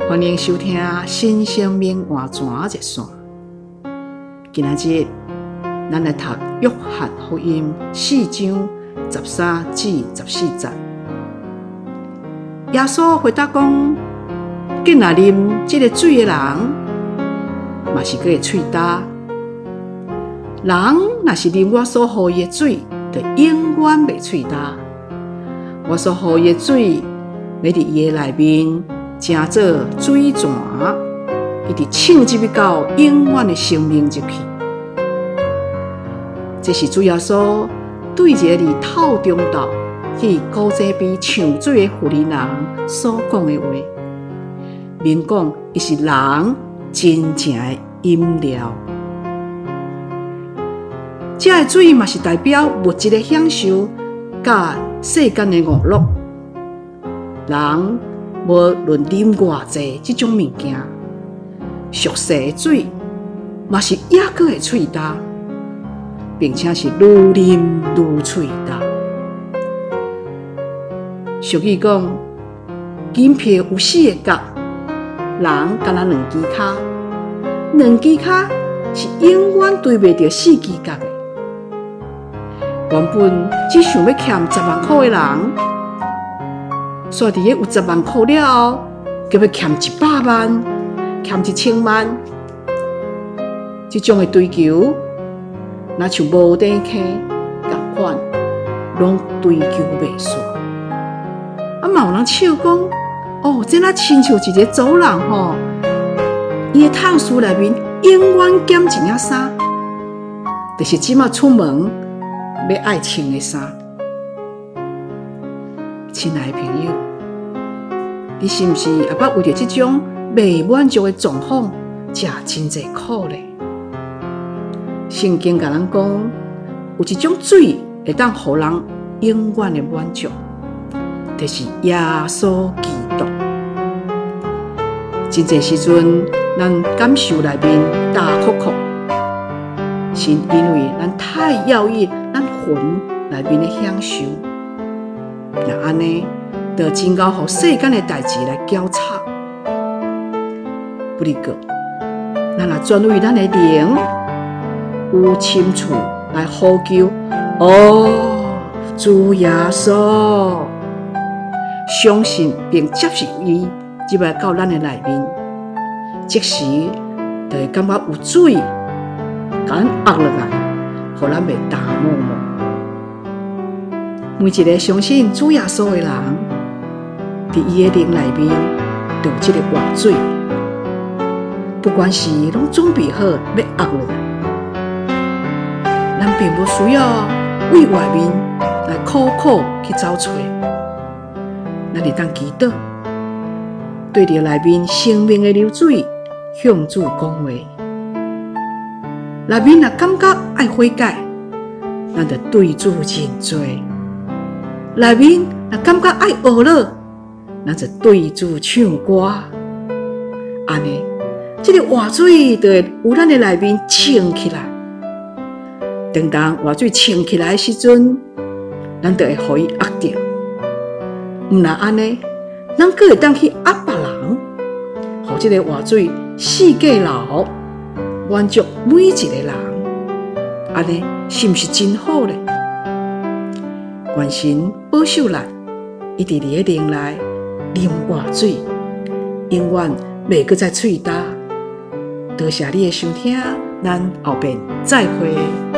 欢迎收听新生命换泉热线。今仔日，咱来读约翰福音4章13至14节。耶稣回答讲：“竟若啉这个水的人，嘛是个喙焦。人若是啉我所予伊的水，就永远袂喙焦。我所予伊的水，要伫伊的内面。”成做水泉，一直冲入到永远的生命入去。这是主耶稣对一个伫透中道去古井边抢水的妇人所讲的话，明讲伊是人真正的饮料。这个水嘛是代表物质的享受，甲世间的娱乐。人无论啉偌济这种物件，俗世的水嘛是也阁会喙焦，并且是愈啉愈喙焦。俗语讲，金皮有四个角，人敢若两支脚，两支脚是永远对袂着四支角的。原本只想要欠10万块的人。煞伫有10万块了后，就要欠100万、欠1000万，这种的追求，若像无底坑共款，拢追求袂煞。嘛有人笑讲：哦，这若亲像一个走人吼，伊的趟书内面永远减一领衫，就是即马出门要爱穿的衫。亲爱的朋友，你是不是也捌为着这种未满足的状况，吃真济苦呢？圣经甲咱讲，有一种水会当互人永远的满足，就是耶稣基督。真济时阵，咱感受内面大哭哭，是因为咱太要意咱魂内面的享受。那安尼，就真够互世间的代志来搅吵。不哩个，咱若专为咱的灵有深处来呼求，哦，主耶稣，相信并接受伊入来到咱的内面，即时就会感觉有水，甲咱压落来，互咱袂大默默。每一个相信主耶稣的人，伫伊的灵内面就有这个活水，不管是拢准备好要压落来，咱并不需要为外面来苦苦去找找，咱会当祈祷，对着内面生命的流水向主讲话。内面若感觉爱悔改，咱就对主认罪。内面若感觉爱学了，咱就对主唱歌。安尼，这个活水就会有咱的内面清起来。当活水清起来的时阵，咱就会互伊压掉。毋若安尼，咱阁会当去压别人，互这个活水四界流，满足每一个人。安尼是毋是真好呢？愿神保守咱，一直伫个灵内啉活水，永远袂阁再喙焦。多谢你的收听，咱后边再会。